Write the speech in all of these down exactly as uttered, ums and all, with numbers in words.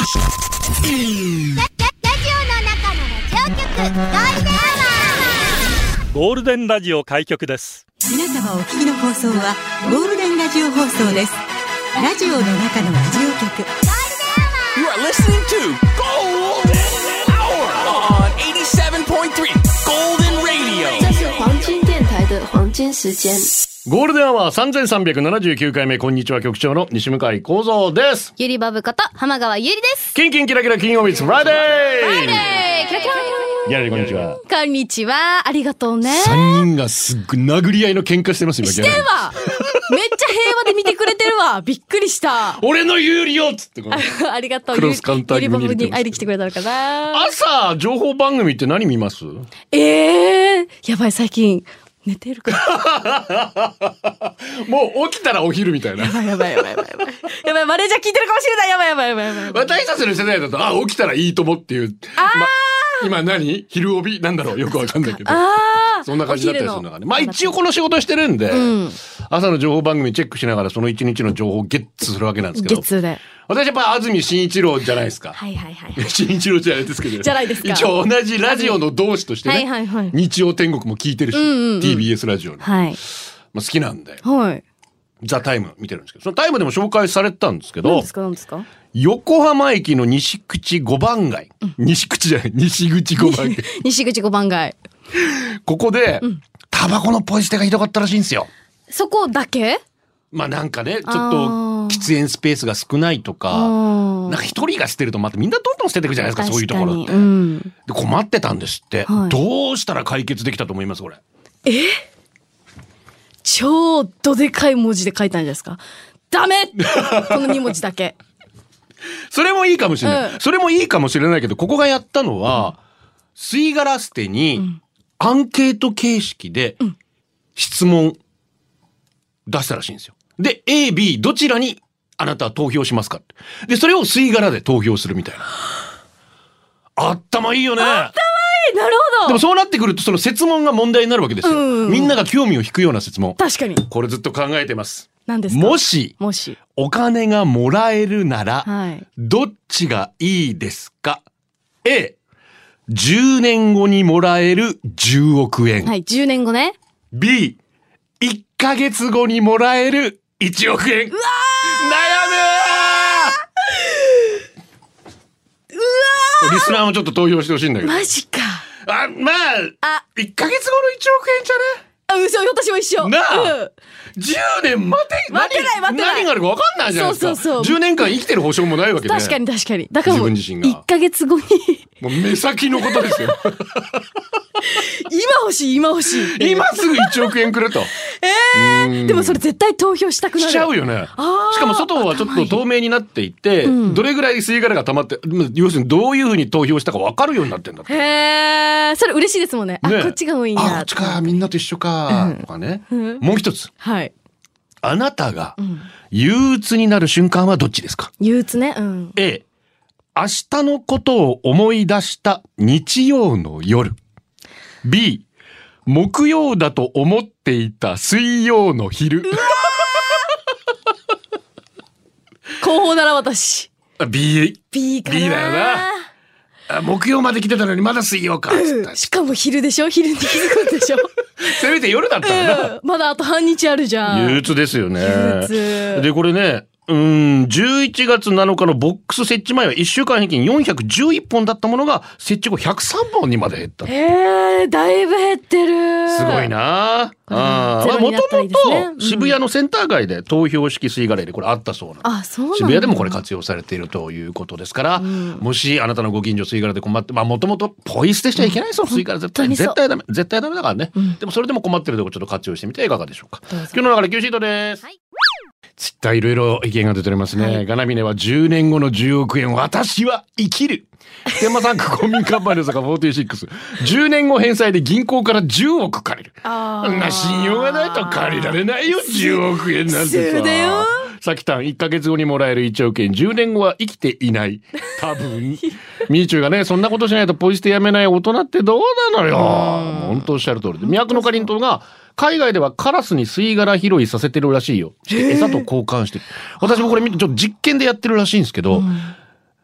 ゴールデンラジオ開局です。 皆様お聞きの放送はゴールデンラジオ放送です。ラジオの中のラジオ局 You are listening to Golden Hour on eighty-seven point three Golden Radio。 这是黄金電台的黄金時間。 ゴールデンアワーさんぜんさんびゃくななじゅうきゅうかいめ、こんにちは、局長の西向井光三です。 ゆりバブこと浜川ゆりです。 キンキンキラキラ金曜日フライデーフライデーキラキラギャラリーこんにちは。 こんにちは、ありがとうね。 さんにんがすっごい殴り合いの喧嘩してます今。 してんわめっちゃ平和で見てくれてるわ。びっくりした俺の有利よっつってこありがとう。 クロスカウンターにゆりバブに会いに来てくれたのかな。 朝情報番組って何見ます？ えー、やばい、最近寝てるからもう起きたらお昼みたいな。 やばいやばいやばいやばいやばい、マネージャー聞いてるかもしれない。やばいやばいやばいやばいやばい。 私たちの世代だと、あ、起きたらいいともっていう、ま、今何昼帯なんだろうよくわかんないけど、あそんな感じだったりするのがね。まあ一応この仕事してるんで、うん、朝の情報番組チェックしながらその一日の情報をゲッツするわけなんですけど、 ゲッツで私やっぱ安住紳一郎じゃないですか。 はいはいはい、はい、 紳一郎じゃないですけど、 じゃないですか。 一応同じラジオの同志としてね、はいはいはい、日曜天国も聞いてるし、うんうんうん、ティービーエス ラジオの、はい、まあ、好きなんで、はい、ザタイム見てるんですけど、そのタイムでも紹介されてたんですけど、 何ですか何ですか。 横浜駅の西口ごばん街、うん、西口じゃない西口ごばん街西口ごばん街ここで、うん、タバコのポイ捨てがひどかったらしいんですよ。 そこだけ？ まあなんかね、ちょっと喫煙スペースが少ないとか、なんか一人が捨てるとまたみんなどんどん捨てていくじゃないですか、そういうところって、うん、で困ってたんですって、はい、どうしたら解決できたと思いますこれ。 え？超どでかい文字で書いたんじゃないですか。ダメこのに文字だけそれもいいかもしれない、うん、それもいいかもしれないけど、ここがやったのは、うん、吸い殻捨てにアンケート形式で質問出したらしいんですよ。で エービー どちらにあなたは投票しますか。でそれを吸い殻で投票するみたいな。頭いいよね。 頭いい。なるほど。 でもそうなってくるとその設問が問題になるわけですよ、うんうん、みんなが興味を引くような設問。 確かにこれずっと考えてます。 何ですか。 もしもしお金がもらえるなら、はい、どっちがいいですか。 A じゅうねんごにもらえるじゅうおくえん、 はい、じゅうねんごね。 B いっかげつごにもらえるいちおくえん。うわー、悩むー。うわー、リスナーもちょっと投票してほしいんだけど。 マジか。 あ、まあ、あいっかげつごのいちおくえんじゃね。 あ、嘘、私も一緒。 なあ、 うん、 じゅうねん待て、 待てない待てない。 何があるか分かんないじゃないですか。そうそうそう。じゅうねんかん生きてる保証もないわけで。 確かに確かに。だからもう自分自身がいっかげつごにもう目先のことですよ今欲しい今欲しい。 今すぐいちおくえんくれと。 えー、でもそれ絶対投票したくなる。 しちゃうよね。しかも外はちょっと透明になっていて、うん、どれぐらい吸い殻が溜まって、要するにどういうふうに投票したか分かるようになってんだって。 へー、それ嬉しいですもんね。あ、ね、こっちが多いんだ。 あ、こっちか、みんなと一緒か、うん、とかね、うん、もう一つ、 はい、 あなたが憂鬱になる瞬間はどっちですか。 憂鬱ね、うん、 A 明日のことを思い出した日曜の夜。 B 木曜だと思っていた水曜の昼。 後方なら私 B, B かな。 B だよな。あ、木曜まで来てたのにまだ水曜かっつった、うん、 しかも昼でしょ。昼に気づくんでしょせめて夜だったらな、 うん、まだあと半日あるじゃん。 憂鬱ですよね。 憂鬱でこれね、うーん、じゅういちがつなのかのボックス設置前はいっしゅうかん平均よんひゃくじゅういっぽんだったものが設置後ひゃくさんぼんにまで減った。 へー、だいぶ減ってる。 すごいなあ。もともと渋谷のセンター街で投票式吸い殻入れこれあったそうなんで、 あ、そうなんだ。 渋谷でもこれ活用されているということですから、うん、もしあなたのご近所吸い殻で困って、まあもともとポイ捨てしちゃいけないですよ、うん、吸い殻絶対絶対ダメ絶対ダメだからね、うん、でもそれでも困ってるとこちょっと活用してみてはいかがでしょうか。今日の中で Q シートです、はい。ツイッターいろいろ意見が出ておりますね、はい、ガナミネはじゅうねんごのじゅうおくえん私は生きる。天満さん公民カンパニー坂フォーティーシックス、じゅうねんご返済で銀行からじゅうおく借りる。あんな信用がないと借りられないよじゅうおくえんなんてさ。そうだよ。さきたんいっかげつごにもらえるいちおくえん、じゅうねんごは生きていない多分みーちゅうがね、そんなことしないとポイ捨てやめない大人ってどうなのよ。本当おっしゃる通りで、魅のかりんとうが海外ではカラスに吸い殻拾いさせてるらしいよ。餌と交換してる。私もこれ見てちょっと実験でやってるらしいんですけど、うん、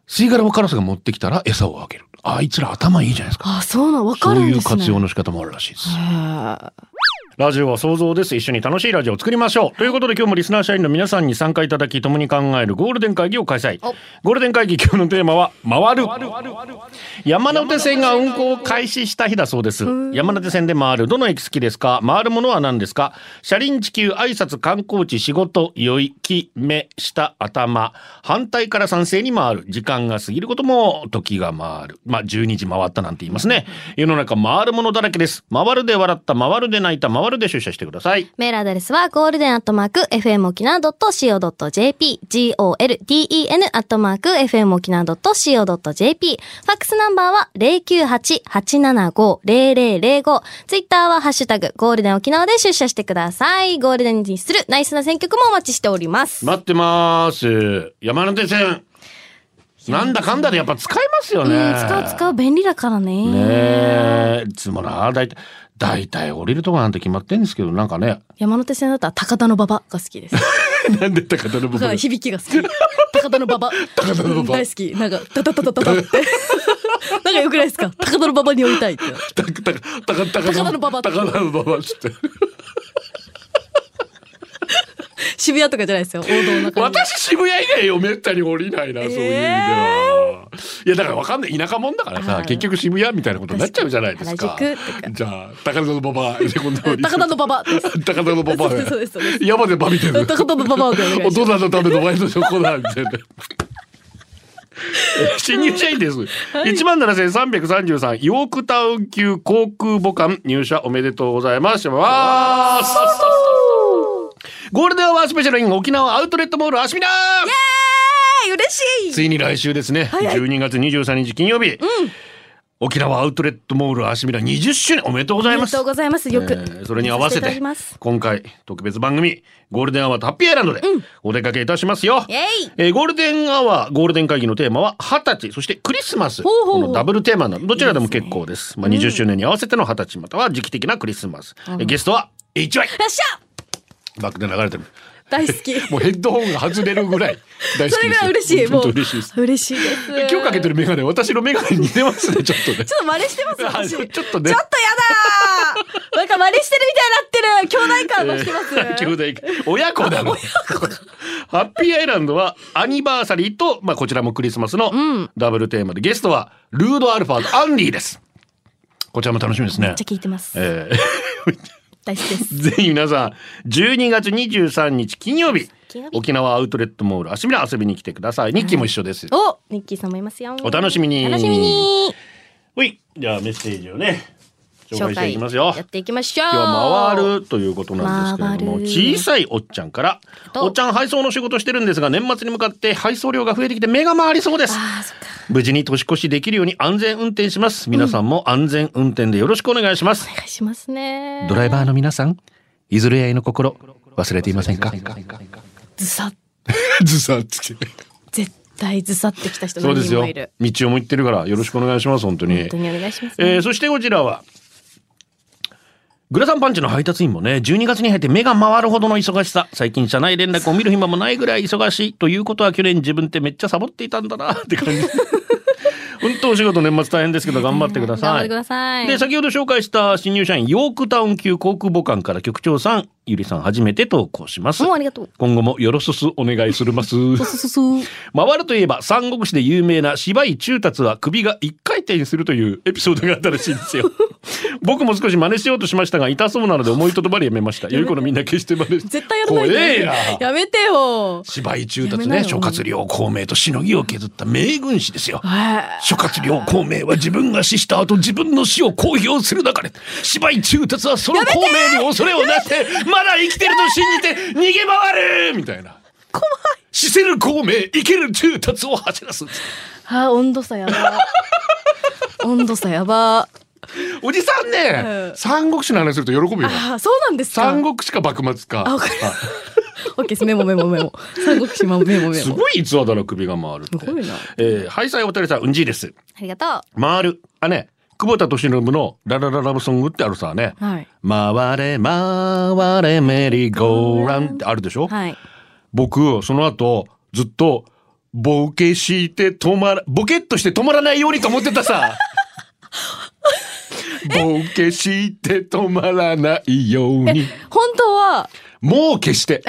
吸い殻をカラスが持ってきたら餌をあげる。あいつら頭いいじゃないですか。 あ、そうなの、わかそういうるんですね。 活用の仕方もあるらしいです。 へー。 ラジオは想像です。一緒に楽しいラジオを作りましょう。ということで今日もリスナー社員の皆さんに参加いただき共に考えるゴールデン会議を開催。ゴールデン会議今日のテーマは回る。山手線が運行を開始した日だそうです。山手線で回る。どの駅好きですか？回るものは何ですか？車輪、地球、挨拶、観光地、仕事、酔い、気、目、下、頭。反対から賛成に回る。時間が過ぎることも時が回る。まあじゅうにじ回ったなんて言いますね。世の中回るものだらけです。回るで笑った、回るで泣いた、回るで出社してください。 メールアドレスはゴールデンアットマーク エフエム 沖縄 ドット シーオー ドット ジェーピー ゴールデン アットマーク エフエム 沖縄 ドット シーオー ドット ジェーピー ファックスナンバーは ゼロきゅうはち はちななご ゼロゼロゼロご ツイッターはハッシュタグゴールデン沖縄で出社してください。ゴールデンにするナイスな選曲もお待ちしております。 待ってます。山手線なんだかんだでやっぱ使いますよね。 うん、使う使う、便利だからね。 ねえ、いつもな、だいたいだいたい降りるとこなんて決まってんですけど、なんかね。 山手線だったら高田の馬場が好きです。 なんで高田の馬場？ 響きが好き。高田の馬場。 高田の馬場大好き。なんかタタタタタタって。なんか良くないですか？高田の馬場に降りたいって。 高田高田の馬場。 高田の馬場って。 渋谷とかじゃないですよ。王道の中に。 私渋谷以外をめったに降りないな、そういう意味では。いやだからわかんない田舎もんだからさ、結局渋谷みたいなことになっちゃうじゃないですか。 原宿とか。 じゃあ高田の馬場で今度高田の馬場です。 高田の馬場そうですそうです。 山で馬見てる。 高田の馬場でお願いします。 大人のためのワイドショーコーナーみたいな。新入社員です。はい、いちまんななせんさんびゃくさんじゅうさんヨークタウン級航空母艦入社おめでとうございます。わーゴールデンアワースペシャルイン沖縄アウトレットモールアシミナー。 イエーイ、嬉しい。 ついに来週ですね。はいはい、じゅうにがつにじゅうさんにち金曜日。うん、沖縄アウトレットモールアシミラにじゅっしゅうねんおめでとうございます。 おめでとうございます。よく、えー、それに合わせて今回特別番組ゴールデンアワーとハッピーアイランドでお出かけいたしますよ。うん、えー、ゴールデンアワーゴールデン会議のテーマははたちそしてクリスマス。ほうほうほう、このダブルテーマなどどちらでも結構です。いいですね。まあ、にじゅっしゅうねんに合わせてのはたちまたは時期的なクリスマス。うん、ゲストは エイチワイ。 よっしゃ。 バックで流れてる。 大好き。 もうヘッドホンが外れるぐらい大好きです。 それぐらい嬉しい。もう嬉しいです。 嬉しいです。 今日かけてるメガネ、私のメガネに似てますね、ちょっとね。 ちょっと真似してます私。 ちょっとね。 ちょっとやだー。なんか真似してるみたいになってる。兄弟感がしてます。 兄弟感。親子だろ。ハッピーアイランドはアニバーサリーと、まあこちらもクリスマスのダブルテーマで、ゲストはルードアルファとアンディです。こちらも楽しみですね。 めっちゃ聞いてます。 えー大好きです。 ぜひ皆さんじゅうにがつにじゅうさんにち金曜日沖縄アウトレットモールアシミラ遊びに来てください。ニッキーも一緒です。 お、ニッキーさんもいますよ。 お楽しみに。 楽しみに。 ほい、じゃあメッセージをね紹介していきますよ。 やっていきましょう。 今日は回るということなんですけれども、小さいおっちゃんから、おっちゃん配送の仕事してるんですが年末に向かって配送量が増えてきて目が回りそうです。 あ、そっか。 無事に年越しできるように安全運転します。皆さんも安全運転でよろしくお願いします。 お願いしますね。 ドライバーの皆さん、譲り合いの心忘れていませんか？ ずさずさって絶対ずさってきた人何人もいる。 そうですよ。道を向いてるからよろしくお願いします。本当に本当にお願いしますね。 えー、そしてこちらはグラサンパンチの配達員もね、じゅうにがつに入って目が回るほどの忙しさ。最近社内連絡を見る暇もないぐらい忙しいということは、去年自分ってめっちゃサボっていたんだなって感じ。本当お仕事年末大変ですけど頑張ってください。 頑張ってください。 で、先ほど紹介した新入社員ヨークタウン級航空母艦から局長さん、ゆりさん初めて投稿します。 もうありがとう。 今後もよろすすお願いするます。 すすす回るといえば三国志で有名な芝居中達は首が一回転するというエピソードがあったらしいんですよ。僕も少し真似しようとしましたが痛そうなので思いとどまりやめました。よい子のみんな決して真似して絶対やらないで。 怖えな。 やめてよ。 芝居中達ね、諸葛亮孔明としのぎを削った名軍師ですよ。 はい、 諸葛亮孔明は自分が死した後自分の死を公表する中で、芝居中達はその孔明に恐れをなしてまだ生きてると信じて逃げ回るみたいな。 怖い。 死せる孔明生ける中達を走らす。 はあ、温度差やば。温度差やば。 おじさんね、うん、三国志の話すると喜ぶよ。 あ、そうなんですか。 三国志か幕末か。 あ、オッケーです。メモメモメモ。三国志メモメモ。 すごい逸話だな、首が回るって。 すごいな。 えー、ハイサイおたりさん、うんじいです。 ありがとう。 回る。あね、久保田利伸のララララブソングってあるさね。 はい。 回れ回れメリーゴーランってあるでしょ。 はい。 僕その後ずっとボケして止まら、ボケっとして止まらないようにと思ってたさ。ボケして止まらないように。 本当はもう消して。 もう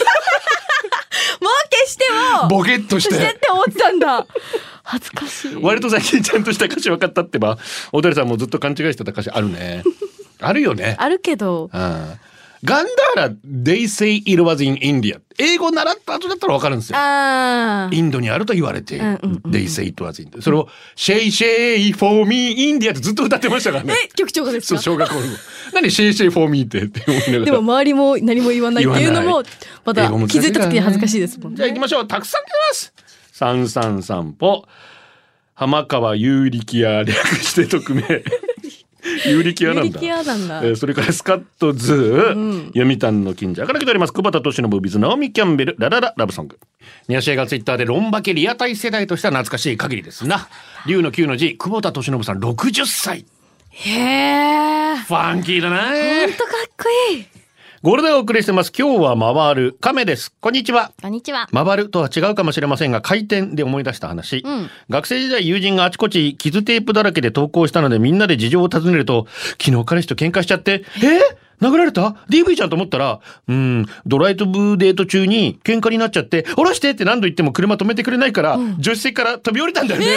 消してもボケっとしてしてって思ってたんだ。恥ずかしい。 割と最近ちゃんとした歌詞分かったってば、おたりさんもずっと勘違いしてた歌詞あるね。あるよね。 あるけど。 うん。ガンダーラ They say it was in India。英語習った後だったら分かるんですよ。 あインドにあると言われて、 うんうんうん、 They say it was in India。それを、シェイシェイ for me India ってずっと歌ってましたからね。 え、局長がですか？ そう、小学校の。何シェイシェイ for me ってって思いながら。 でも周りも何も言わないっていうのも、また気づいた時に恥ずかしいですもんね。 じゃあ行きましょう。たくさん出ます。三三散歩。浜川有力屋略して匿名。有力屋なんだ。 有力屋なんだ。 えー、それからスカットズー、うん、読谷の近所から来ております。久保田敏信 with ナオミキャンベルララララブソング。ニャシエがツイッターでロンバケリアタイ世代としては懐かしい限りですな。龍のきゅうの字、久保田敏信さんろくじゅっさい。 へー。 ファンキーだね。 ほんとかっこいい。 ゴールデンお送りしてます。今日は回る亀です。こんにちは。 こんにちは。 回るとは違うかもしれませんが、回転で思い出した話、うん、学生時代友人があちこち傷テープだらけで投稿したので、みんなで事情を尋ねると、昨日彼氏と喧嘩しちゃって、えー、殴られた ディーブイ じゃんと思ったら、うん、ドライブデート中に喧嘩になっちゃって、降ろしてって何度言っても車止めてくれないから、うん、助手席から飛び降りたんだよね。えー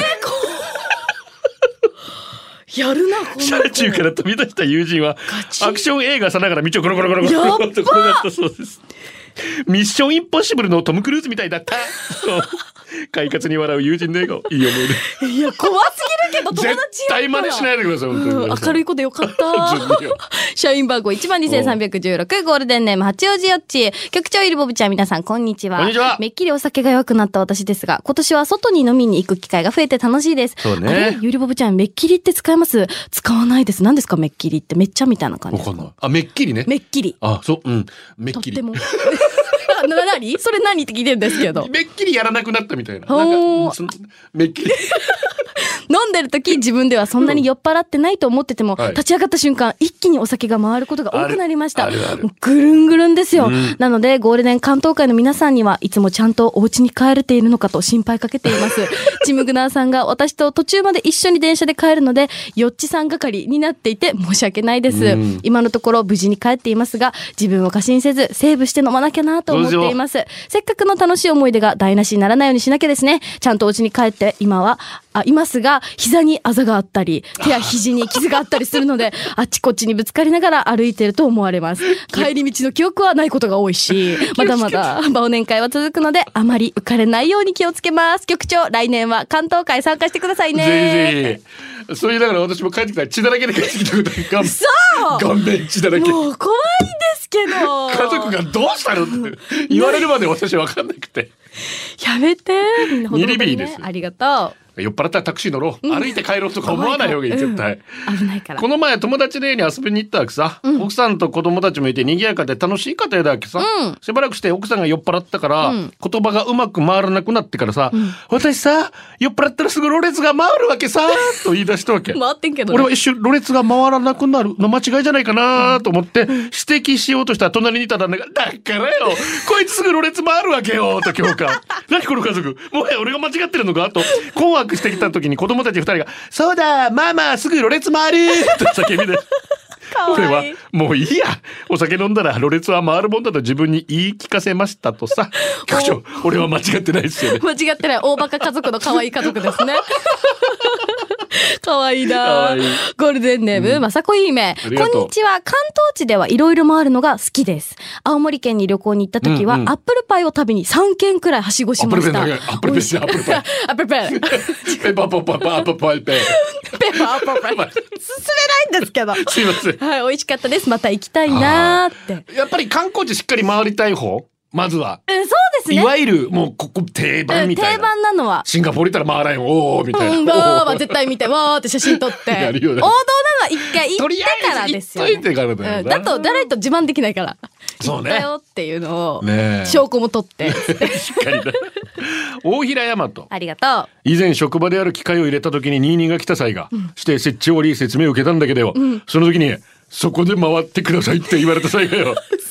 やるな、こんな車中から飛び出した友人はアクション映画さながら道をゴロゴロゴロゴロゴロと転がったそうです。ミッションインポッシブルのトム・クルーズみたいだった。快活に笑う友人の笑顔、いい思い出。 いや、怖すぎるけど友達やったら絶対真似しないでください。本当に、 うん、明るい子でよかった社員番号 いちばんにせんさんびゃくじゅうろく、ゴールデンネーム八王子よっち、局長いりぼぶちゃん、皆さんこんにちは。 こんにちは。 めっきりお酒が弱くなった私ですが、今年は外に飲みに行く機会が増えて楽しいです。 そうね。 あれ、ゆりぼぶちゃん、めっきりって使えます？使わないです。何ですかめっきりって。めっちゃみたいな感じですか？ わかんない。あ、めっきりね。 めっきり。 あ、そう、うん。めっきり。 とってもな、なにそれ何って聞いてるんですけど。 めっきりやらなくなったみたいな。なんかめっきり飲んでる時自分ではそんなに酔っ払ってないと思ってても、うん、立ち上がった瞬間一気にお酒が回ることが多くなりました。 あるあるある、 ぐるんぐるんですよ、うん、なのでゴールデン関東会の皆さんにはいつもちゃんとお家に帰れているのかと心配かけていますチムグナーさんが私と途中まで一緒に電車で帰るのでよっちさん係になっていて申し訳ないです、うん、今のところ無事に帰っていますが自分を過信せずセーブして飲まなきゃなと思っています。せっかくの楽しい思い出が台無しにならないようにしなきゃですね。ちゃんとお家に帰って今はあいますが膝にあざがあったり手や肘に傷があったりするのであっちこっちにぶつかりながら歩いていると思われます。帰り道の記憶はないことが多いしまだまだ忘年会は続くのであまり浮かれないように気をつけます。局長来年は関東会参加してくださいね。 ぜひぜひ。そう言いながら私も帰ってきたら血だらけで帰ってきたことがそう顔面血だらけ。 もう怖いんですけど家族がどうしたのって言われるまで私分かんなくてやめてみんなほどほどにね、 ニリビリです。 ありがとう。 酔っ払ったらタクシー乗ろう、うん、歩いて帰ろうとか思わない方がいい、うん、絶対、 うん、危ないから。 この前友達の家に遊びに行ったわけさ、うん、奥さんと子供たちもいて賑やかで楽しい家庭だわけさ、うん、しばらくして奥さんが酔っ払ったから、うん、言葉がうまく回らなくなってからさ、うん、私さ酔っ払ったらすぐろれつが回るわけさと言い出したわけ回ってんけど、ね、 俺は一瞬ろれつが回らなくなるの間違いじゃないかなと思って指摘しようとしたら隣にいた旦那がだからよこいつすぐろれつ回るわけよと共感何この家族もはや俺が間違ってるのかと困惑してきた時に子供たち二人がそうだママすぐろれつ回ると叫びで俺はもういいやお酒飲んだらろれつは回るもんだと自分に言い聞かせましたとさ。局長俺は間違ってないですよね。 間違ってない。大バカ家族の可愛い家族ですね可愛いな。ゴールデンネーム、うん、まさこ姫こんにちは。関東地ではいろいろ回るのが好きです。青森県に旅行に行った時は、うんうん、アップルパイを食べにさんけんくらいはしごしました。 アップルペンアップルパイアップルパイペパポパパアップルパイペペパアップルパイ進めないんですけどすいません。 はい、美味しかったです。また行きたいなーって。 やっぱり観光地しっかり回りたい方まずは、 うん、そうですね。 いわゆるもうここ定番みたいな、 うん、定番なのはシンガポール行ったら回らんよおーみたいな、 うん、わー絶対見てわーって写真撮ってやるよね。 王道なのは一回行ってからですよね。 とりあえず行っといてからだよな、うん、 だと誰と自慢できないからそうね行ったよっていうのを、 ね、 証拠も取ってしっかりだ大平大和ありがとう。 以前職場である機械を入れた時にニーニーが来た際が、うん、して設置終わり説明を受けたんだけど、うん、その時にそこで回ってくださいって言われた際がよ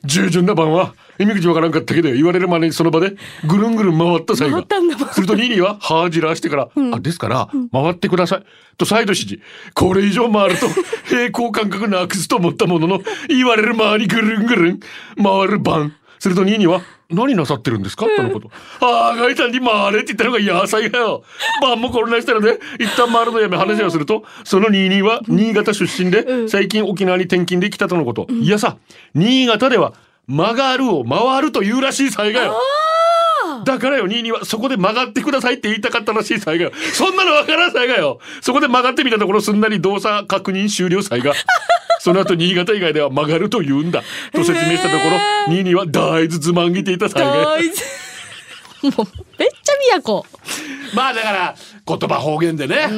従順な番は意味口わからんかったけど言われるまでにその場でぐるんぐるん回った際がするとニーニーはハージラしてから、うん、あですから回ってくださいと再度指示。これ以上回ると平行感覚なくすと思ったものの言われるまにぐるんぐるん回る番するとニーニーは何なさってるんですかとのこと。ああ、ガイさんに回れって言ったのが野菜だよ。晩も混乱したので、一旦回るのやめ話をすると、そのニーニーは新潟出身で、最近沖縄に転勤で来たとのこと。いやさ、新潟では曲がるを回るというらしい際がよ。だからよ、ニーニーはそこで曲がってくださいって言いたかったらしい際がよ。そんなのわからん際がよ。そこで曲がってみたところすんなり動作確認終了際が。その後新潟以外では曲がると言うんだと説明したところ、ニーニーは大豆ずまんぎていた際がよ。 大豆もうめっちゃ都。 まあだから言葉方言でね。 うん、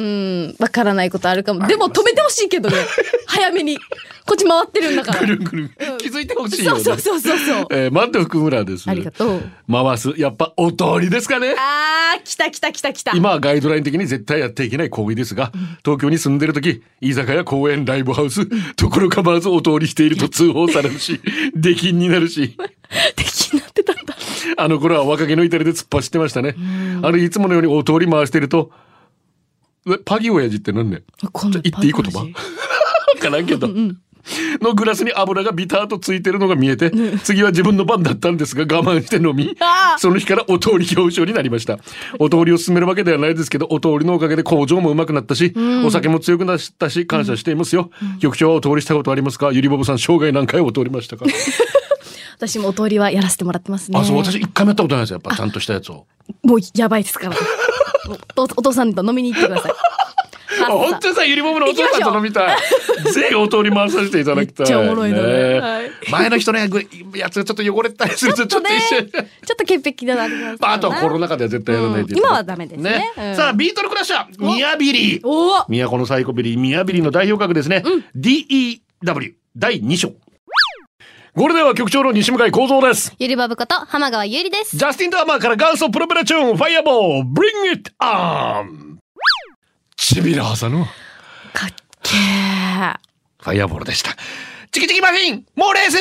わからないことあるかも。でも止めてほしいけどね。早めに。こっち回ってるんだから。 ぐるんぐるん、うん、気づいてほしいよね。 そうそうそうそう。 えー、マット福村です。 ありがとう。 回すやっぱお通りですかね。 あー来た来た来た来た。 今はガイドライン的に絶対やっていけない行為ですが、うん、東京に住んでる時居酒屋公園ライブハウス、うん、ところ構わずお通りしていると通報されるし出禁になるし出禁になってたんだ。 あの頃は若気の至りで突っ走ってましたね。あれいつものようにお通り回してるとパギ親父って何ね言っていい言葉わからんけど、うん、のグラスに油がビターとついてるのが見えて、うん、次は自分の番だったんですが我慢して飲みその日からお通り表彰になりました。お通りを進めるわけではないですけどお通りのおかげで工場もうまくなったし、うん、お酒も強くなったし感謝していますよ、うん、局長はお通りしたことありますか。ゆりぼぶさん生涯何回お通りましたか。 私もお通りはやらせてもらってますね。 あ、そう、私一回もやったことないですよ。やっぱちゃんとしたやつを。 もうやばいですから。お, お父さんと飲みに行ってください。 本当にさ、ゆりぼぶのお父さんと飲みたい。ぜひお通り回させていただきたい。 めっちゃおもろいのね。 ね、はい、前の人のやつちょっと汚れたりするとちょっと一緒に。 ちょっと潔癖だなります。 あとはコロナ禍では絶対やらないで、うん、 今はダメですね。ね、 うん、さあビートルクラッシャーミヤビリー。都のサイコビリーミヤビリーの代表格ですね。うん、ディーイーダブリュー だいに章。ゴールデンは局長の西向井幸三です。 ゆりぼぶこと浜川ゆりです。 ジャスティン・ダーマーから元祖プロペラチューンファイアボー Bring it on。 ちびら朝のかっけーファイアボールでした。チキチキマフィンモーレー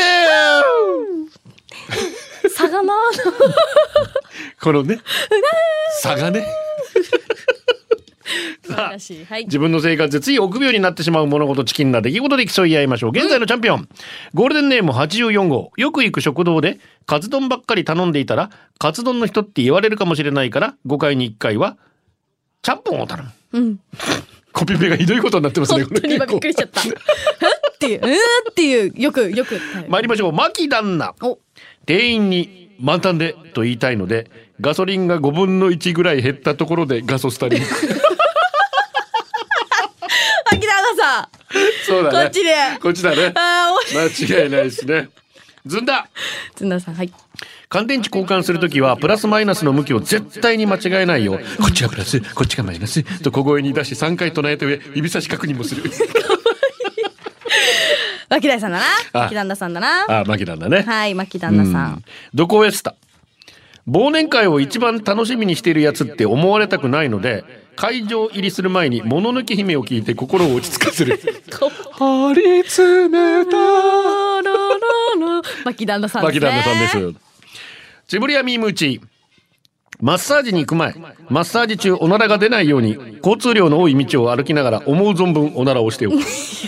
ス差がなこのね差がねさあ、はい、自分の生活でつい臆病になってしまう物事チキンな出来事で競い合いましょう。現在のチャンピオン、うん、ゴールデンネームはちじゅうよん号。よく行く食堂でカツ丼ばっかり頼んでいたらカツ丼の人って言われるかもしれないからごかいにいっかいはちゃんぽんを頼む、うん、コピペがひどいことになってますね。 本当にびっくりしちゃったっていう、うーっていう、よくよく、はい、 参りましょう。牧旦那。店員に満タンでと言いたいのでガソリンがごぶんのいちぐらい減ったところでガソスタリング牧旦那さんそうだね、 こっちでこっちだね。間違いないですね。ずんだずんださん、はい。 乾電池交換するときはプラスマイナスの向きを絶対に間違えないよ。こっちがプラスこっちがマイナスと小声に出しさんかい唱えて上指差し確認もする牧旦那さんだな。牧旦那さんだな。 ああ、牧旦那ね。 はい、牧旦那さん。 どこへした忘年会を一番楽しみにしているやつって思われたくないので会場入りする前にもののけ姫を聞いて心を落ち着かせる張り詰めた牧旦那さんですね。 牧旦那さんです。チブリアミームーチマッサージに行く前マッサージ中おならが出ないように交通量の多い道を歩きながら思う存分おならをしておく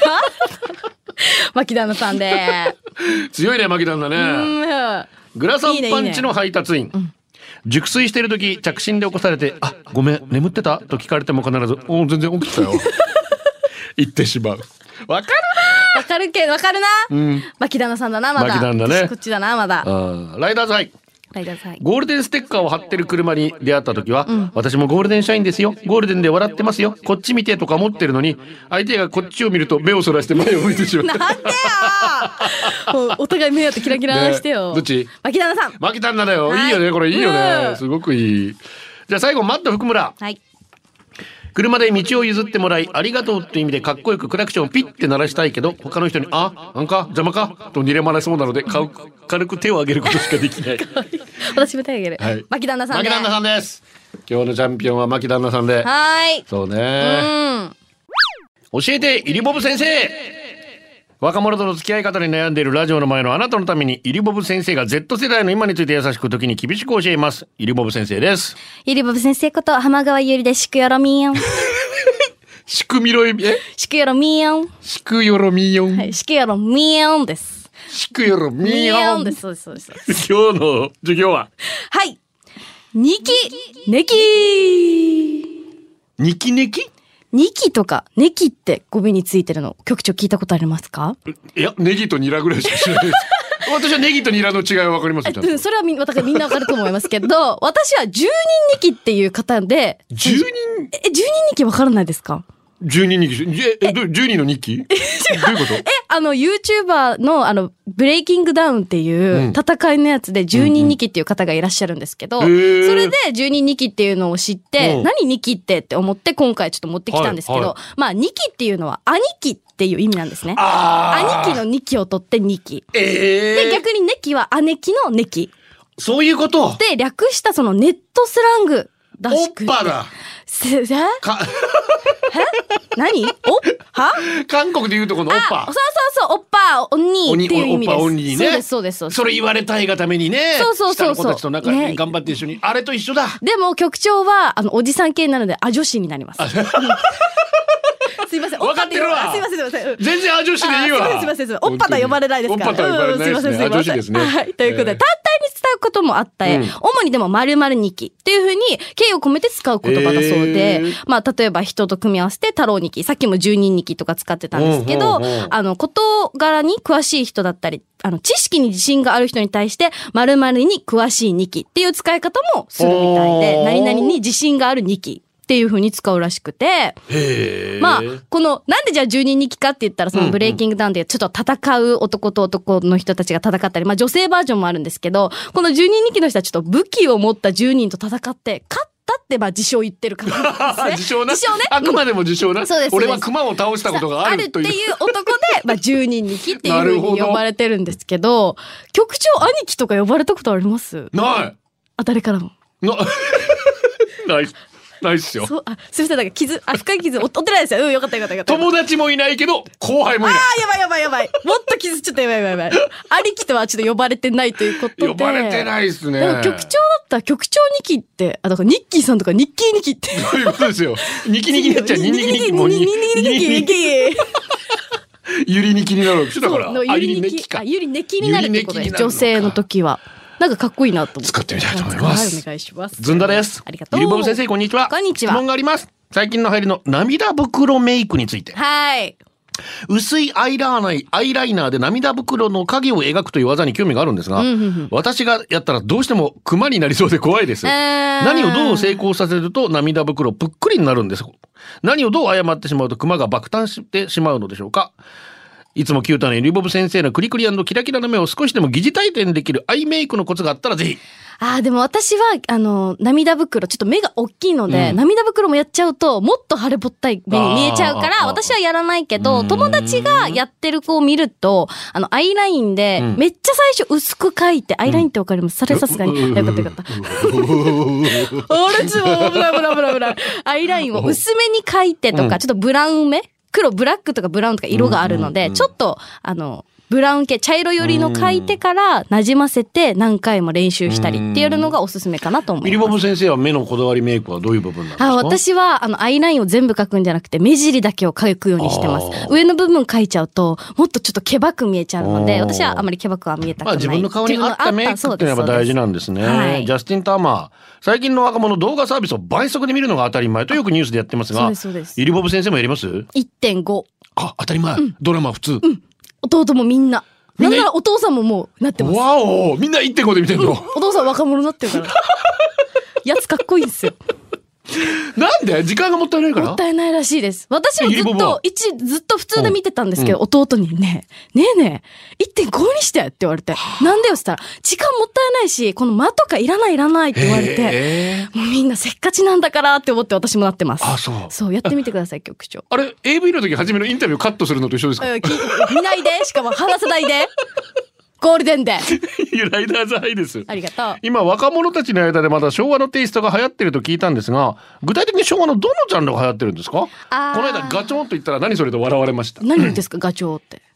牧旦那さんで強いね牧旦那ね。グラサンパンチの配達員いいねいいね、うん、熟睡している時着信で起こされてあごめん眠ってたと聞かれても必ずお全然起きてたよ言ってしまう。わかるなわかるけどわかるな、うん、牧旦那さんだなまだ。 牧旦那ね。 こっちだなまだ。 ライダーズイゴールデンステッカーを貼ってる車に出会った時は、うん、私もゴールデン社員ですよゴールデンで笑ってますよこっち見てとか思ってるのに相手がこっちを見ると目をそらして前を向いてしまうなんでよお互い目当てキラキラしてよ、 ね、どっち牧旦那さん牧旦那だよ、はい、いいよねこれいいよね、うん、すごくいい。じゃあ最後マット福村、はい、車で道を譲ってもらいありがとうって意味でかっこよくクラクションをピッて鳴らしたいけど他の人にあなんか邪魔かと睨まれそうなので軽く手を挙げることしかできない私も手を挙げる、はい、牧旦那さんで牧旦那さんです。今日のチャンピオンは牧旦那さんではいそうねうん教えてイリボブ先生若者との付き合い方に悩んでいるラジオの前のあなたのためにイリボブ先生が Z 世代の今について優しく時に厳しく教えます。イリボブ先生です。 イリボブ先生こと浜川ゆりでしくよろみーよん。 しくみろええしくよろみーよん。 しくよろみーよん。 はい、しくよろみーよんです。 しくよろみーよんです。そうですそうですそうです。 今日の授業ははいニキネキニキネキニキとかネキって語尾についてるの局長聞いたことありますか？ いやネギとニラぐらいしか知らないです私はネギとニラの違いは分かりますよ。 うん、それはみ私みんな分かると思いますけど私はじゅうにんニキっていう方でじゅうにんえじゅうにんニキ分からないですか？ じゅうにん日記ええじゅうにんの日記どういうこと？えあの YouTuber のあのブレイキングダウンっていう戦いのやつでじゅうにんニキっていう方がいらっしゃるんですけど、うんうん、それでじゅうにんニキっていうのを知って、うん、何ニキってって思って今回ちょっと持ってきたんですけど、はいはい、まあニキっていうのは兄貴っていう意味なんですね。兄貴のニキを取ってニキ、えー、で逆にネキは姉貴のネキ、 そういうことで略したそのネットスラングらしくて、 おっぱだえかえ何おは韓国で言うとこのおっぱ、 そうそうそうおっぱおにっていう意味です。 おっぱおにね、 そうですそうですそうです。 それ言われたいがためにね、 そうそうそうそう、 下の子たちと仲良く頑張って一緒に、ね、あれと一緒だ。 でも局長はあのおじさん系なのでア女子になりますすいません分かってるわ。 すいませんすいません、うん、 全然ア女子でいいわ。 すいませんすいません、おっぱと呼ばれないですから。 おっぱと呼ばれないですね、うん、すいませんすいません、ア女子ですね。 はい、ということで、えー、単体に使うこともあったえ、うん、主にでも〇〇ニキっていう風に敬意を込めて使う言葉だそうで、えー、まあ例えば人と組み合わせて太郎ニキ、さっきもじゅうにんニキとか使ってたんですけど、うんうんうん、あの事柄に詳しい人だったり、あの知識に自信がある人に対して〇〇に詳しいニキっていう使い方もするみたいで、何々に自信があるニキっていう風に使うらしくて、 へー、 まあこのなんでじゃあじゅうにんニキかって言ったら、そのブレイキングダウンでちょっと戦う男と男の人たちが戦ったり、まあ女性バージョンもあるんですけど、このじゅうにんニキの人はちょっと武器を持ったじゅうにんと戦って勝ったってまあ自称言ってる感じですね。 自称な、 自称ね、 あくまでも自称な、うん、 そうです、 俺は熊を倒したことがあるというあるっていう男でまあじゅうにんニキっていう風に呼ばれてるんですけど局長兄貴とか呼ばれたことあります？ ない。 あ、誰からもなないないっすよ。 そう、あ、すみません、なんか傷、あ、深い傷、負ってないですよ。うん、よかったよかったよかった。 友達もいないけど、後輩もいない。 ああ、やばいやばいやばい。もっと傷ちょっとやばいやばいやばい。兄貴とはちょっと呼ばれてないということで。 呼ばれてないっすね。 でも局長だったら、局長ニキって、あ、だからニッキーさんとかニッキーニキって。 そういうことですよ。ニキニキになっちゃう。ニキニキもニキニキニキニキ。ゆりニキになるわけだから。 ゆりニキか。ゆりネキになるってことです。女性の時は。なんかかっこいいなと思って。 使ってみたいと思います。 はい、お願いします。 ずんだです。 ありがとう。 ゆりぼぶ先生、こんにちは。 こんにちは。 質問があります。最近の流行りの涙袋メイクについて。 はい。 薄いアイラー、アイライナーで涙袋の影を描くという技に興味があるんですが、うんうんうん、私がやったらどうしてもクマになりそうで怖いです。何をどう成功させると涙袋ぷっくりになるんです。何をどう誤ってしまうとクマが爆誕してしまうのでしょうか。いつもキュートなゆりぼぶ先生のクリクリ&キラキラな目を少しでも疑似体験できるアイメイクのコツがあったらぜひ。 ああ、でも私は、あの、涙袋、ちょっと目が大きいので、うん、涙袋もやっちゃうと、もっと腫れぼったい目に見えちゃうから、私はやらないけど、友達がやってる子を見ると、あの、アイラインで、めっちゃ最初薄く描いて、うん、アイラインってわかります？それさすがに。よかったよかった。あれちょっと、ブラブラブラブラ。アイラインを薄めに描いてとか、ちょっとブラウン目黒、ブラックとかブラウンとか色があるので、ちょっと、あの、ブラウン系、茶色寄りの描いてから馴染ませて何回も練習したりっていうのがおすすめかなと思います。 ゆりぼぶ先生は目のこだわりメイクはどういう部分なんですか？ あ、私はあのアイラインを全部描くんじゃなくて目尻だけを描くようにしてます。上の部分描いちゃうともっとちょっとケバく見えちゃうので、私はあまりケバくは見えたくない。 まあ、自分の顔に合ったメイクっていうのは大事なんですね。はい、ジャスティン・ターマー。最近の若者動画サービスを倍速で見るのが当たり前とよくニュースでやってますが、ゆりぼぶ先生もやります？ いってんご。 あ、当たり前。うん、ドラマ普通。うん。 弟もみんな。なんならお父さんももうなってます。 わお、みんな いってんご で見てんの、うん、 お父さん若者になってるからやつかっこいいんですよ。 なんで？時間がもったいないから？ もったいないらしいです。私はずっと一ずっと普通で見てたんですけど、うん、弟にねねえねえ いってんご にしてって言われて、なんでよって言ったら時間もったいないしこの間とかいらないいらないって言われて、もうみんなせっかちなんだからって思って私もなってます。 あ、そうそうやってみてください局長。 あれ エーブイ の時初めのインタビューカットするのと一緒ですか？ 見ないで、しかも話さないでゴールデンでライダーズハイです。 ありがとう。 今若者たちの間でまだ昭和のテイストが流行ってると聞いたんですが、具体的に昭和のどのジャンルが流行ってるんですか？この間ガチョンと言ったら何それと笑われました。 何ですかガチョンって？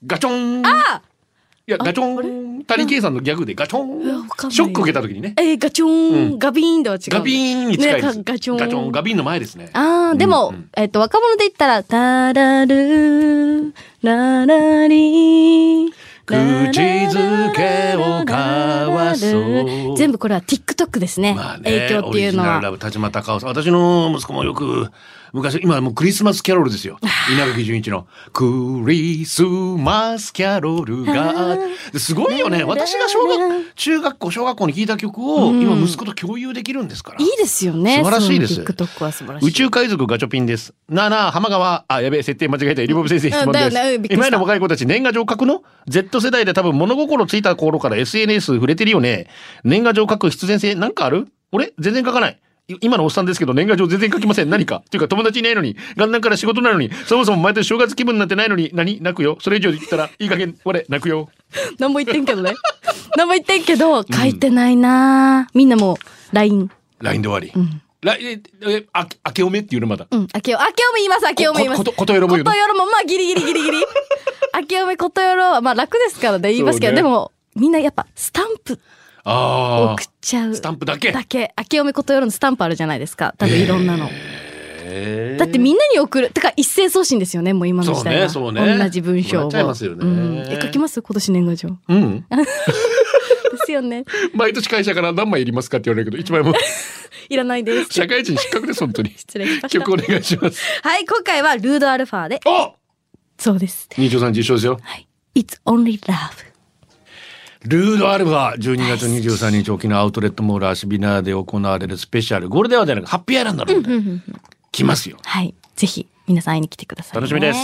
ガチョン。 あいや、ガチョン。谷圭さんのギャグでガチョン。 かんないショック受けた時にね。 えー、ガチョン、 うんガビーンでは違う。 ガビーンに近いです。 ねガチョンガチョン。ガビーンの前ですね。 ああ、でも、 うんうんえっと、若者で言ったら、タラルー、ララリー、 口づけを交わそう。 全部これは TikTok ですね。 まあね、 影響っていうのは。 オリジナルラブ田島隆夫さん。私の息子もよく昔、今もうクリスマスキャロルですよ。稲垣潤一のクリスマスキャロルがすごいよね。私が小学中学校小学校に聴いた曲を今息子と共有できるんですから。 いいですよね。 素晴らしいです。 その TikTok は素晴らしい。 宇宙海賊ガチョピンです。なあなあ浜川、あやべえ設定間違えた。リボブ先生質問です。 だよねびっくりした今の若い子たち年賀状書くの ?Z 世代で多分物心ついた頃から エスエヌエス 触れてるよね。年賀状書く必然性なんかある？俺全然書かない。今のおっさんですけど年賀状全然書きません。何かっていうか友達いないのに元旦から仕事なのにそもそも毎年正月気分なんてないのに何泣くよ。それ以上言ったらいい加減俺泣くよ。 何も言ってんけどね。何も言ってんけど書いてないな、うん、みんなも ラインライン で終わり、うん、ラええあ明けおめっていうのまだ、 うん、明けお明けおめ言います明けおめ言います。 ことよろも言うの。 ことよろもまあギリギリギリギリ明けおめことよろはまあ楽ですからね言いますけど、ね、でもみんなやっぱスタンプあ送っちゃう。 スタンプだけだけ。明けおめことよろのスタンプあるじゃないですか。多分いろんなの。 えー、 だってみんなに送る。てか一斉送信ですよね。もう今の時代は。 そうね、そうね。 同じ文章を。 もらっちゃいますよね。うん、 え書きます今年年賀状。 うん。 ですよね。 毎年会社から何枚いりますかって言われるけど、一枚も。 いらないです。 社会人失格です本当に。 失礼しました。 曲お願いします。 はい、今回はルードアルファで。 おそうです。 にじゅうさん受賞ですよ。 はい。It's only love。 ルードアルファじゅうにがつにじゅうさんにち沖縄アウトレットモールアシビナーで行われるスペシャルゴールデンアワーではなくハッピーアイランドの、うんうんうん、来ますよ。 はい、ぜひ皆さん会いに来てください、ね、 楽しみです。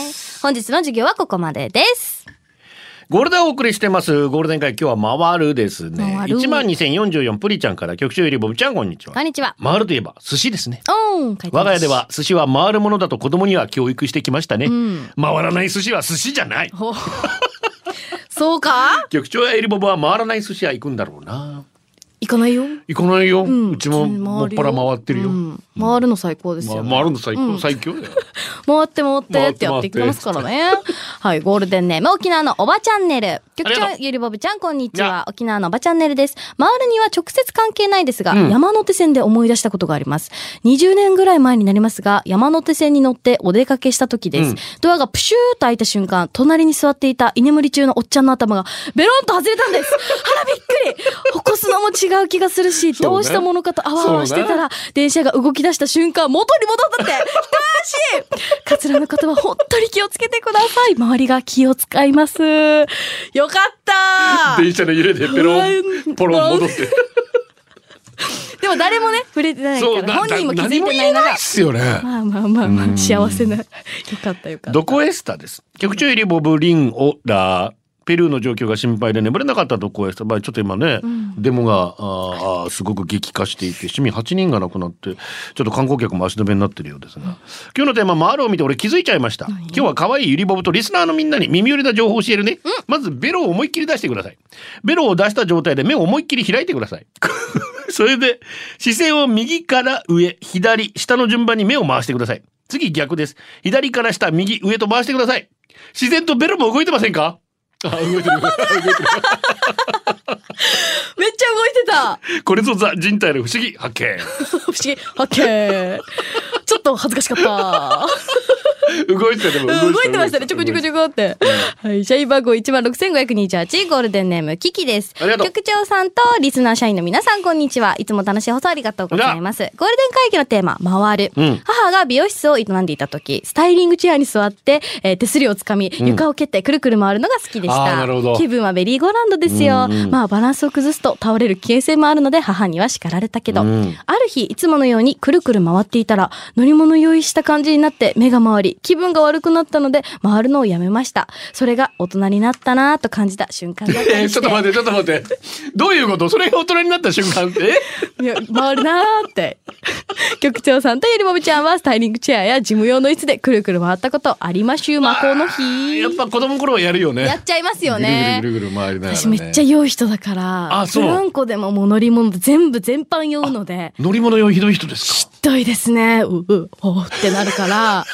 本日の授業はここまでです。 ゴールデンお送りしてますゴールデン会今日は回るですね。いちまんにせんよんじゅうよんプリちゃんから局長よりボブちゃんこんにちは。 こんにちは。 回るといえば寿司ですね。 お我が家では寿司は回るものだと子供には教育してきましたね、うん、回らない寿司は寿司じゃない。 そうか。 局長やエリボブは回らない寿司屋行くんだろうな。 行かないよ。 行かないよ。うん、 うちももっぱら回ってるよ。うん、 回るの最高ですよ、ね。 ま、回るの最高、うん、最強だよ。 回って回ってってやっていきますからね。はい、ゴールデンネーム沖縄のおばチャンネル。局長ゆりぼぶちゃんこんにちは。沖縄のおばチャンネルです。回るには直接関係ないですが、うん、山手線で思い出したことがあります。にじゅうねんぐらい前になりますが、山手線に乗ってお出かけした時です。うん、ドアがプシューと開いた瞬間、隣に座っていた居眠り中のおっちゃんの頭がベロンと外れたんです。あらびっくり。起こすのも違う気がするし、どうしたものかとあわあわしてたら、電車が動き出した瞬間、元に戻ったって、一足カツラの方は本当に気をつけてください。周りが気を使います。よかった電車の揺れでペロン、ポロン戻って。 でも誰もね、触れてないから、本人も気づいてないのが。 ですよね。 まあまあまあまあ、幸せな。よかったよかった。 どこエスタです。局長よりボブリンオラー。ペルーの状況が心配で眠れなかったとこへちょっと今ね、うん、デモがああすごく激化していて市民はちにんが亡くなってちょっと観光客も足止めになってるようですが、うん、今日のテーマ回るを見て俺気づいちゃいました。今日は可愛いゆりぼぶとリスナーのみんなに耳寄りな情報を教えるね、うん、まずベロを思いっきり出してください。ベロを出した状態で目を思いっきり開いてください。それで視線を右から上左下の順番に目を回してください。次逆です。左から下右上と回してください。自然とベロも動いてませんか？あ、動いてる。動いてる。めっちゃ動いてた。 これぞザ人体の不思議発見。 不思議発見。ちょっと恥ずかしかった。 動いてたでも動いてましたね。ちょこちょこちょこって。はい、社員番号いちまんろくせんごひゃくにじゅうはちゴールデンネームキキです。局長さんとリスナー社員の皆さんこんにちは。いつも楽しい放送ありがとうございます。ゴールデン会議のテーマ回る、うん、母が美容室を営んでいた時スタイリングチェアに座って、えー、手すりをつかみ床を蹴ってくるくる回るのが好きでした、うん、気分はメリーゴーランドですよ、うんうん、まあバランスを崩すと倒れる危険性もあるので母には叱られたけど、うん、ある日いつものようにくるくる回っていたら乗り物用意した感じになって目が回り気分が悪くなったので回るのをやめました。それが大人になったなと感じた瞬間だったりして、 えー、ちょっと待ってちょっと待ってどういうこと？それが大人になった瞬間っていや回るなーって局長さんとゆりぼぶちゃんはスタイリングチェアや事務用の椅子でくるくる回ったことありましゅう魔法の日。 やっぱ子供の頃はやるよね。 やっちゃいますよね。 ぐるぐるぐるぐる回りながらね。 私めっちゃ酔う人だからブランコでももう乗り物全部全般酔うので。 乗り物酔いひどい人ですか？ ひどいですね。ううおーってなるから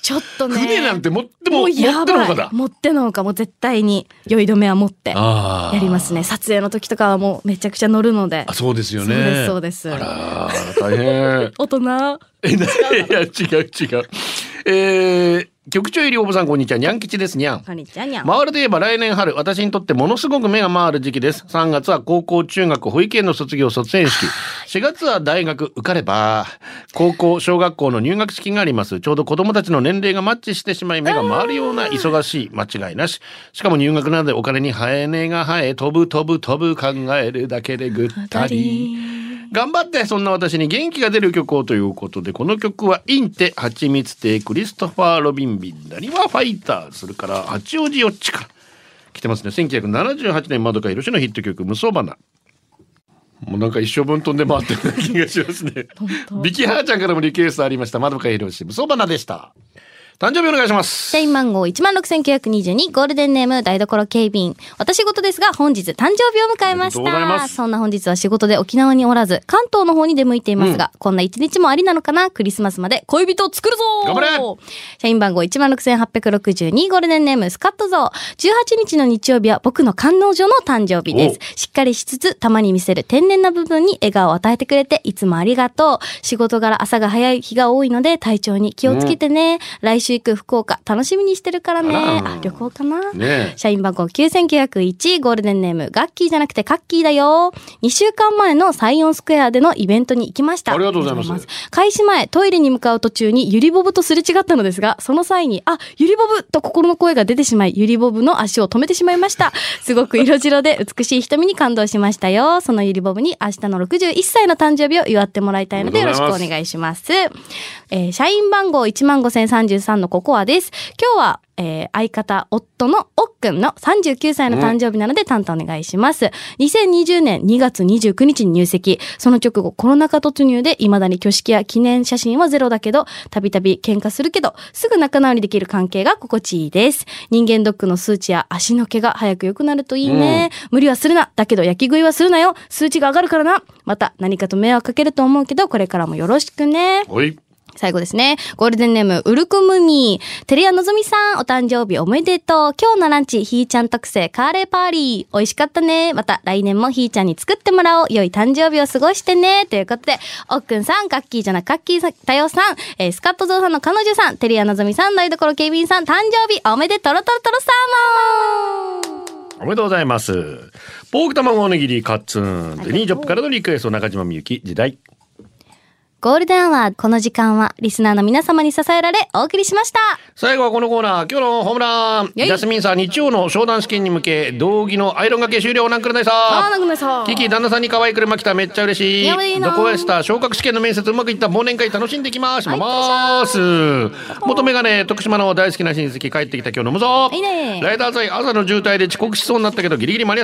ちょっとね。 船なんて持っても、 もう持ってやばいのほかだ。 持ってのほかもう絶対に酔い止めは持ってあーやりますね。撮影の時とかはもうめちゃくちゃ乗るので。 あ、そうですよね。 そうですそうです。 あらー、大変。 大人。 え、な、いや、違う違う。えー、局長入りおばさんこんにちは。にゃん吉です。にゃん。 こんにちはにゃん。 回るといえば来年春、私にとってものすごく目が回る時期です。さんがつは高校、中学、保育園の卒業、卒園式。しがつは大学、受かれば、高校、小学校の入学式があります。ちょうど子供たちの年齢がマッチしてしまい、目が回るような忙しい、間違いなし。しかも入学なのでお金に生え根が生え、飛ぶ飛ぶ飛ぶ考えるだけでぐったり。頑張ってそんな私に元気が出る曲をということで、この曲はインテ、ハチミツテ、クリストファー・ロビンビン、ダニワ・ファイター、それから八王子よっちから来てますね。せんきゅうひゃくななじゅうはちねんまどかひろしのヒット曲、無双花。もうなんか一生分飛んで回ってる気がしますね。ビキハーちゃんからもリクエストありました。まどかひろし、無双花でした。誕生日お願いします。 社員番号いちまんろくせんきゅうひゃくにじゅうに、ゴールデンネーム台所警備員。私事ですが本日誕生日を迎えましおめでとうございまた。 す。 そんな本日は仕事で沖縄におらず関東の方に出向いていますが、こんな一日もありなのかな。クリスマスまで恋人を作るぞ。 頑張れ。 社員番号いちまんろくせんはっぴゃくろくじゅうに、ゴールデンネームスカットゾー。じゅうはちにちの日曜日は僕の彼女の誕生日です。しっかりしつつたまに見せる天然な部分に笑顔を与えてくれていつもありがとう。仕事柄朝が早い日が多いので体調に気をつけてね、うん、来週行く福岡楽しみにしてるからね。あ、旅行かな、ね、社員番号きゅうせんきゅうひゃくいち、ゴールデンネームガッキーじゃなくてカッキーだよ。にしゅうかんまえのサイオンスクエアでのイベントに行きました。 ありがとうございます。 開始前トイレに向かう途中にゆりボブとすれ違ったのですが、その際にあ、ゆりボブと心の声が出てしまい、ゆりボブの足を止めてしまいました。すごく色白で美しい瞳に感動しましたよ。そのゆりボブに明日のろくじゅういっさいの誕生日を祝ってもらいたいのでよろしくお願いします。えー、社員番号いちまんごせんさんじゅうさんのココアです。今日はえー、相方夫のおっくんのさんじゅうきゅうさいの誕生日なので担当お願いします。にせんにじゅうねんにがつにじゅうくにちに入籍。その直後コロナ禍突入で未だに挙式や記念写真はゼロだけど、たびたび喧嘩するけどすぐ仲直りできる関係が心地いいです。人間ドックの数値や足の毛が早く良くなるといいね、うん、無理はするな。だけど焼き食いはするなよ。数値が上がるからな。また何かと迷惑かけると思うけどこれからもよろしくね。 はい、 最後ですね。ゴールデンネーム、ウルクムニー。テレアのぞみさん、お誕生日おめでとう。今日のランチ、ひーちゃん特製カーレーパーリー。美味しかったね。また来年もひーちゃんに作ってもらおう。良い誕生日を過ごしてね。ということで、おっくんさん、ガッキーじゃなくカッキーたよさん、えー、スカットゾウさんの彼女さん、テレアのぞみさん、台所警備員さん、誕生日おめでとろとろとろさーもおめでとうございます。ポーク卵おにぎりカッツン。デニージョップからのリクエスト、中島みゆき、時代。 ゴールデンアワー、この時間はリスナーの皆様に支えられお送りしました。 最後はこのコーナー、今日のホームラン。ジャスミンさん、日曜の商談試験に向け道着のアイロンがけ終了。なんくるないさあーなんくるないさキキ、旦那さんに可愛い車来た。めっちゃ嬉しい。 いいどこへした昇格試験の面接うまくいった。忘年会楽しんできます。まます。元メガネ、徳島の大好きな親戚帰ってきた。今日飲むぞ。 いいね。 ライダー祭朝の渋滞で遅刻しそうになったけどギリギリ間に合った。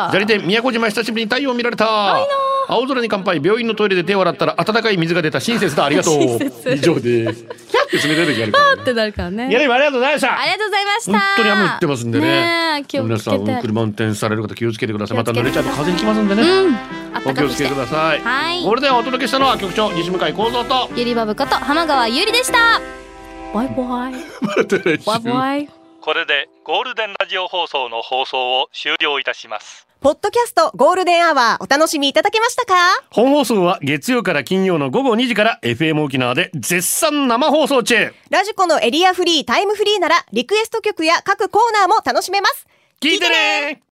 砂利店宮古島久しぶりに太陽見られた。青空に乾杯。病院のトイレで手を洗ったら温かい水が出た。親切だ。ありがとう。以上です。キャッて冷たい時あるからね。 パーってなるからね。 いやでもありがとうございました。 ありがとうございました。 本当に雨降ってますんでね。 ねえ、 皆さん車運転される方気をつけてください。また濡れちゃうと風邪ひきますんでね。 うん。 お気をつけください。 はい。 ゴールデンをお届けしたのは局長西向井光三とゆりばぶこと浜川ゆりでした。バイバイ。バイバイ。 これでゴールデンラジオ放送の放送を終了いたします。 ポッドキャストゴールデンアワーお楽しみいただけましたか？ 本放送は月曜から金曜のごごにじから エフエム 沖縄で絶賛生放送中。 ラジコのエリアフリータイムフリーならリクエスト曲や各コーナーも楽しめます。 聞いてね。